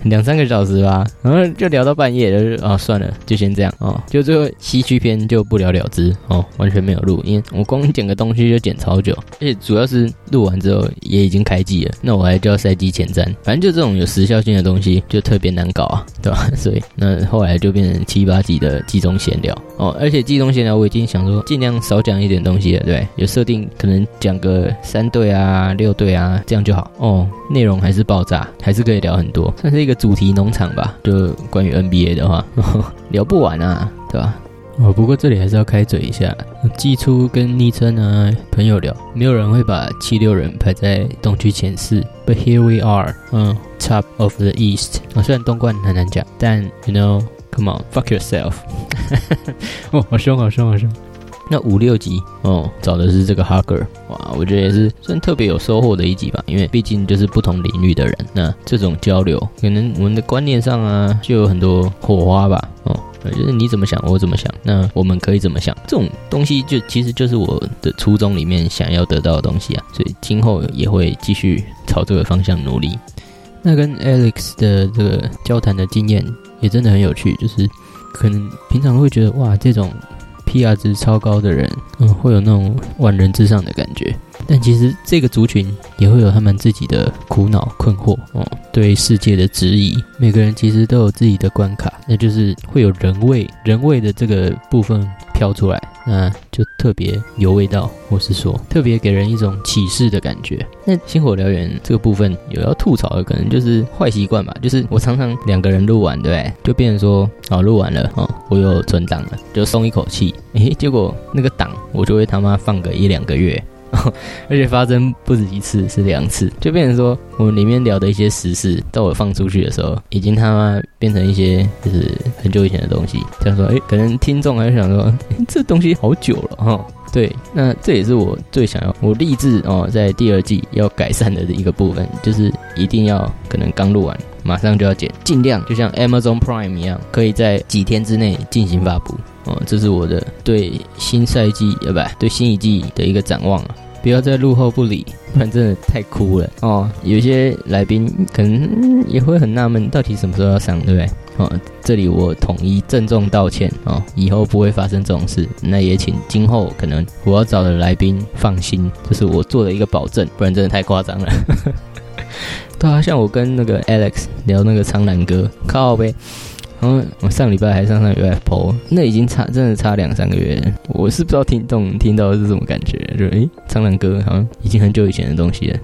2-3个小时吧，然后就聊到半夜，就是算了，就先这样哦。就最后西区篇就不了了之哦，完全没有录，因为我光剪个东西就剪超久，而且主要是录完之后也已经开机了，那我还就要塞机前瞻，反正就这种有时效性的东西就特别难搞啊，对吧？所以那后来就变成7-8集的季中闲聊哦，而且季中闲聊我已经想说尽量少讲一点东西了，对，有设定可能讲个3队啊、6队啊这样就好哦，内容还是爆炸，还是可以聊很多，算是一个主题农场吧。就关于 NBA 的话，聊不完啊，对吧？不过这里还是要开嘴一下，季初跟昵称啊朋友聊，没有人会把76人排在东区前4 ，But here we are， top of the East。虽然东冠很难讲，但 you know，come on，fuck yourself 。好凶，好凶，好凶。那5-6集找的是这个 Hugger， 哇，我觉得也是算特别有收获的一集吧，因为毕竟就是不同领域的人，那这种交流，可能我们的观念上啊就有很多火花吧，就是你怎么想，我怎么想，那我们可以怎么想，这种东西就其实就是我的初衷里面想要得到的东西啊，所以今后也会继续朝这个方向努力。那跟 Alex 的这个交谈的经验也真的很有趣，就是可能平常会觉得哇，这种PR 值超高的人，会有那种万人之上的感觉。但其实这个族群也会有他们自己的苦恼、困惑对世界的质疑。每个人其实都有自己的关卡，那就是会有人味的这个部分飘出来，那就特别有味道，或是说特别给人一种启示的感觉。那星火燎原这个部分有要吐槽的，可能就是坏习惯吧，就是我常常2个人录完，对不对？就变成说录完了我有存档了，就松一口气，结果那个档我就会他妈放个1-2个月。而且发生不止1次，是2次，就变成说我们里面聊的一些时事，到我放出去的时候，已经他妈变成一些就是很久以前的东西。这样说，可能听众还想说，这东西好久了对，那这也是我最想要，我立志在第2季要改善的一个部分，就是一定要可能刚录完，马上就要剪，尽量就像 Amazon Prime 一样，可以在几天之内进行发布这是我的对新赛季对新一季的一个展望啊。不要再录后不理，不然真的太哭了有些来宾可能也会很纳闷，到底什么时候要上，对不对？这里我统一郑重道歉以后不会发生这种事。那也请今后可能我要找的来宾放心，这是我做的一个保证，不然真的太夸张了。对啊，像我跟那个 Alex 聊那个苍兰哥，靠呗。然后我上礼拜还上礼拜 po， 那已经真的差2-3个月了。我是不知道听到的是什么感觉，就苍兰哥好像已经很久以前的东西了，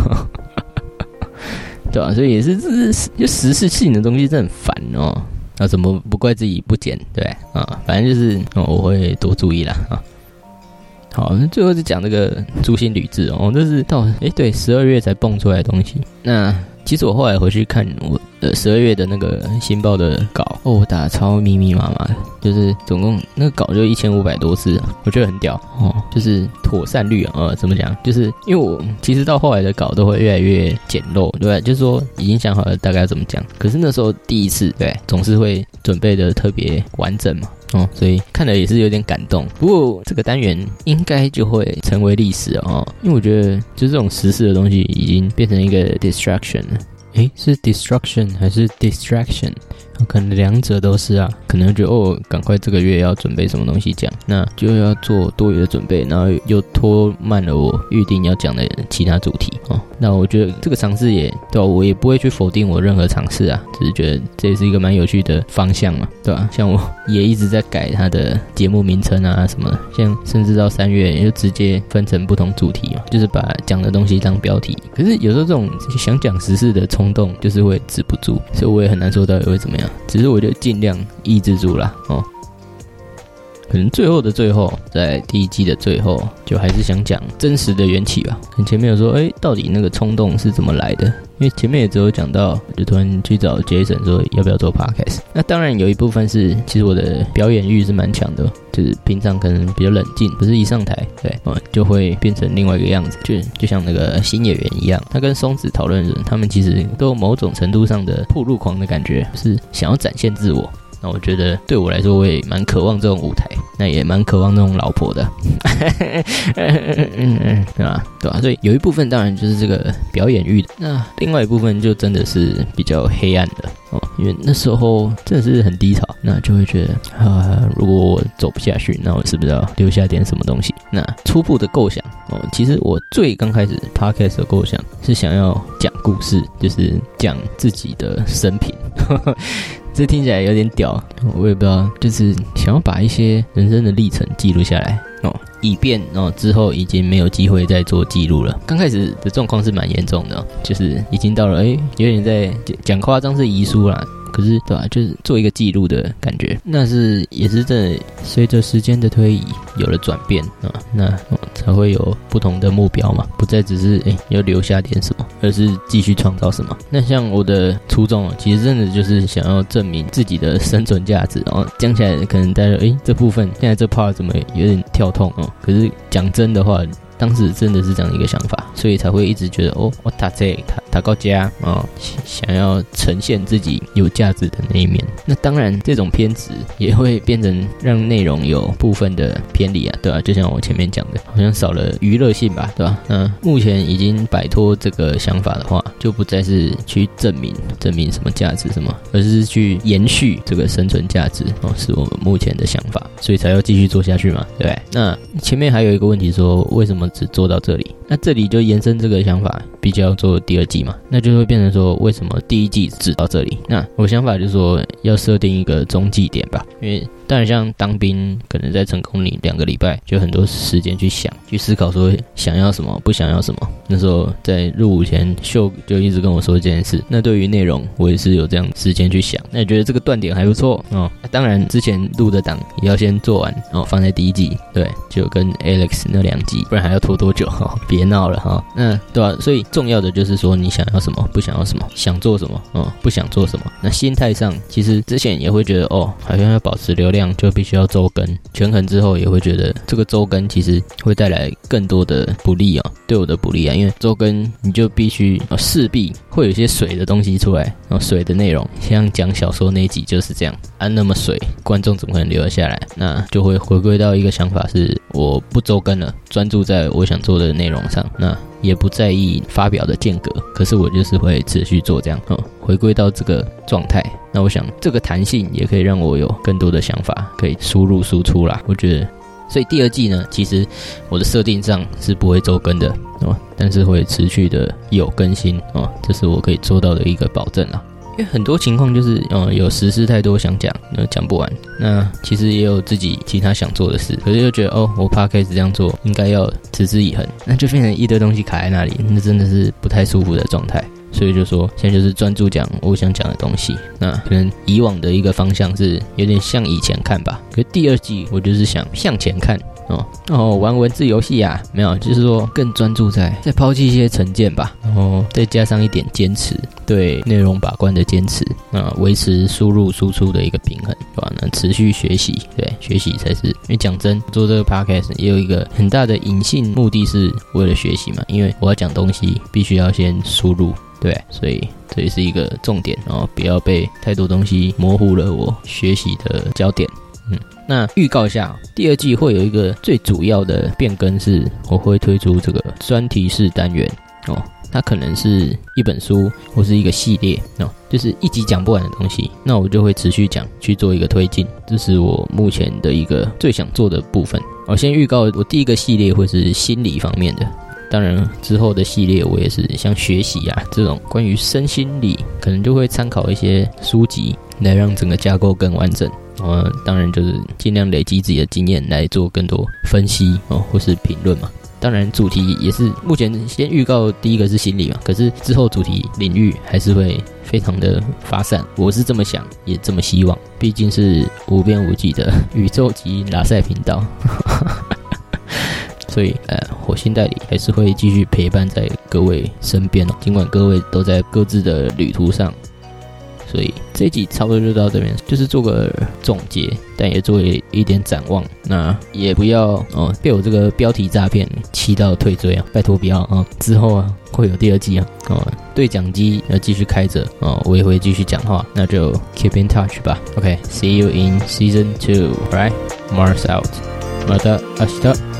对吧？所以也是就时事性的东西真的很烦那怎么不怪自己不剪，对反正就是我会多注意啦好，那最后是讲这个诛心履至这是到对12月才蹦出来的东西。那其实我后来回去看我12月的那个新报的稿我打超密密麻麻的，就是总共那个稿就1500多字我觉得很屌就是妥善率怎么讲，就是因为我其实到后来的稿都会越来越简陋，对吧？就是说已经想好了大概要怎么讲，可是那时候第一次对总是会准备的特别完整嘛所以看了也是有点感动。不过这个单元应该就会成为历史因为我觉得就这种时事的东西已经变成一个 distraction 了。是 destruction 还是 distraction？可能2者都是啊，可能觉得赶快这个月要准备什么东西讲，那就要做多余的准备，然后又拖慢了我预定要讲的其他主题那我觉得这个尝试也对吧？我也不会去否定我任何尝试啊，只是觉得这也是一个蛮有趣的方向嘛，对吧？像我也一直在改它的节目名称啊什么的，像甚至到3月也就直接分成不同主题嘛，就是把讲的东西当标题。可是有时候这种想讲时事的冲动就是会止不住，所以我也很难说到底会怎么样。只是我就尽量抑制住啦可能最后的最后，在第1季的最后，就还是想讲真实的缘起吧。跟前面有说，到底那个冲动是怎么来的？因为前面也只有讲到，就突然去找 Jason 说要不要做 podcast。那当然有一部分是，其实我的表演欲是蛮强的，就是平常可能比较冷静，可是一上台，对，就会变成另外一个样子。就像那个新演员一样，他跟松子讨论人，他们其实都有某种程度上的暴露狂的感觉，就是想要展现自我。 那我觉得对我来说，我也蛮渴望这种舞台，那也蛮渴望那种老婆的，对吧？对吧？所以有一部分当然就是这个表演欲的，那另外一部分就真的是比较黑暗的哦，因为那时候真的是很低潮，那就会觉得如果我走不下去，那我是不是要留下点什么东西？那初步的构想哦，其实我最刚开始 podcast 的构想是想要讲故事，就是讲自己的生平。这听起来有点屌，我也不知道，就是想要把一些人生的历程记录下来哦，以便之后已经没有机会再做记录了。刚开始的状况是蛮严重的就是已经到了有点在讲夸张是遗书啦。可是对吧，就是做一个记录的感觉，那是也是真的随着时间的推移有了转变那才会有不同的目标嘛，不再只是要留下点什么，而是继续创造什么。那像我的初衷其实真的就是想要证明自己的生存价值，然后讲起来可能大家这部分现在这 part 怎么有点跳痛可是讲真的话，当时真的是这样一个想法，所以才会一直觉得我打高家想要呈现自己有价值的那一面。那当然这种偏执也会变成让内容有部分的偏离对吧？就像我前面讲的，好像少了娱乐性吧，对吧？那目前已经摆脱这个想法的话，就不再是去证明什么价值什么，而是去延续这个生存价值是我们目前的想法，所以才要继续做下去嘛，对不对？那前面还有一个问题说为什么只做到这里？那这里就延伸这个想法，必须要做第二季嘛，那就会变成说为什么第一季只到这里？那我想法就是说要设定一个中继点吧，因为当然像当兵可能在成功里2个礼拜就很多时间去想去思考说想要什么不想要什么。那时候在入伍前秀就一直跟我说这件事，那对于内容我也是有这样时间去想，那觉得这个断点还不错当然之前录的档也要先做完放在第一季，对，就跟 Alex 那2集，不然还要拖多久别闹了那对吧？所以重要的就是说你想要什么不想要什么，想做什么不想做什么。那心态上其实之前也会觉得好像要保持流量就必须要周更，权衡之后也会觉得这个周更其实会带来更多的不利对我的不利因为周更你就必须势必会有一些水的东西出来水的内容，像讲小说那一集就是这样那么水观众怎么可能留得下来？那就会回归到一个想法是我不周更了，专注在我想做的内容上，那也不在意发表的间隔，可是我就是会持续做这样回归到这个状态。那我想这个弹性也可以让我有更多的想法可以输入输出啦，我觉得。所以第二季呢，其实我的设定上是不会周更的但是会持续的有更新这是我可以做到的一个保证啦。因为很多情况就是有时事太多想讲讲不完，那其实也有自己其他想做的事，可是又觉得我 podcast 这样做应该要持之以恒，那就变成一堆东西卡在那里，那真的是不太舒服的状态。所以就说现在就是专注讲我想讲的东西，那可能以往的一个方向是有点向以前看吧，可是第二季我就是想向前看玩文字游戏没有，就是说更专注在抛弃一些成见吧，然后再加上一点坚持，对内容把关的坚持，维持输入输出的一个平衡，对吧？那持续学习，对，学习才是。因为讲真，做这个 podcast 也有一个很大的隐性目的是为了学习嘛，因为我要讲东西必须要先输入，对，所以这也是一个重点，不要被太多东西模糊了我学习的焦点。那预告一下，第二季会有一个最主要的变更是，我会推出这个专题式单元它可能是一本书或是一个系列就是一集讲不完的东西，那我就会持续讲去做一个推进，这是我目前的一个最想做的部分。我先预告我第一个系列会是心理方面的，当然之后的系列我也是像学习这种关于身心理，可能就会参考一些书籍来让整个架构更完整。当然就是尽量累积自己的经验来做更多分析或是评论嘛。当然主题也是目前先预告第一个是心理嘛，可是之后主题领域还是会非常的发散，我是这么想也这么希望，毕竟是无边无际的宇宙级拉塞频道所以火星代理还是会继续陪伴在各位身边尽管各位都在各自的旅途上。所以这一集差不多就到这边，就是做个总结，但也做一点展望。那也不要被我这个标题诈骗气到退追拜托不要之后会有第二季对讲机要继续开着我也会继续讲话，那就 keep in touch 吧。OK，see you in season 2，right？Mars out，また明日。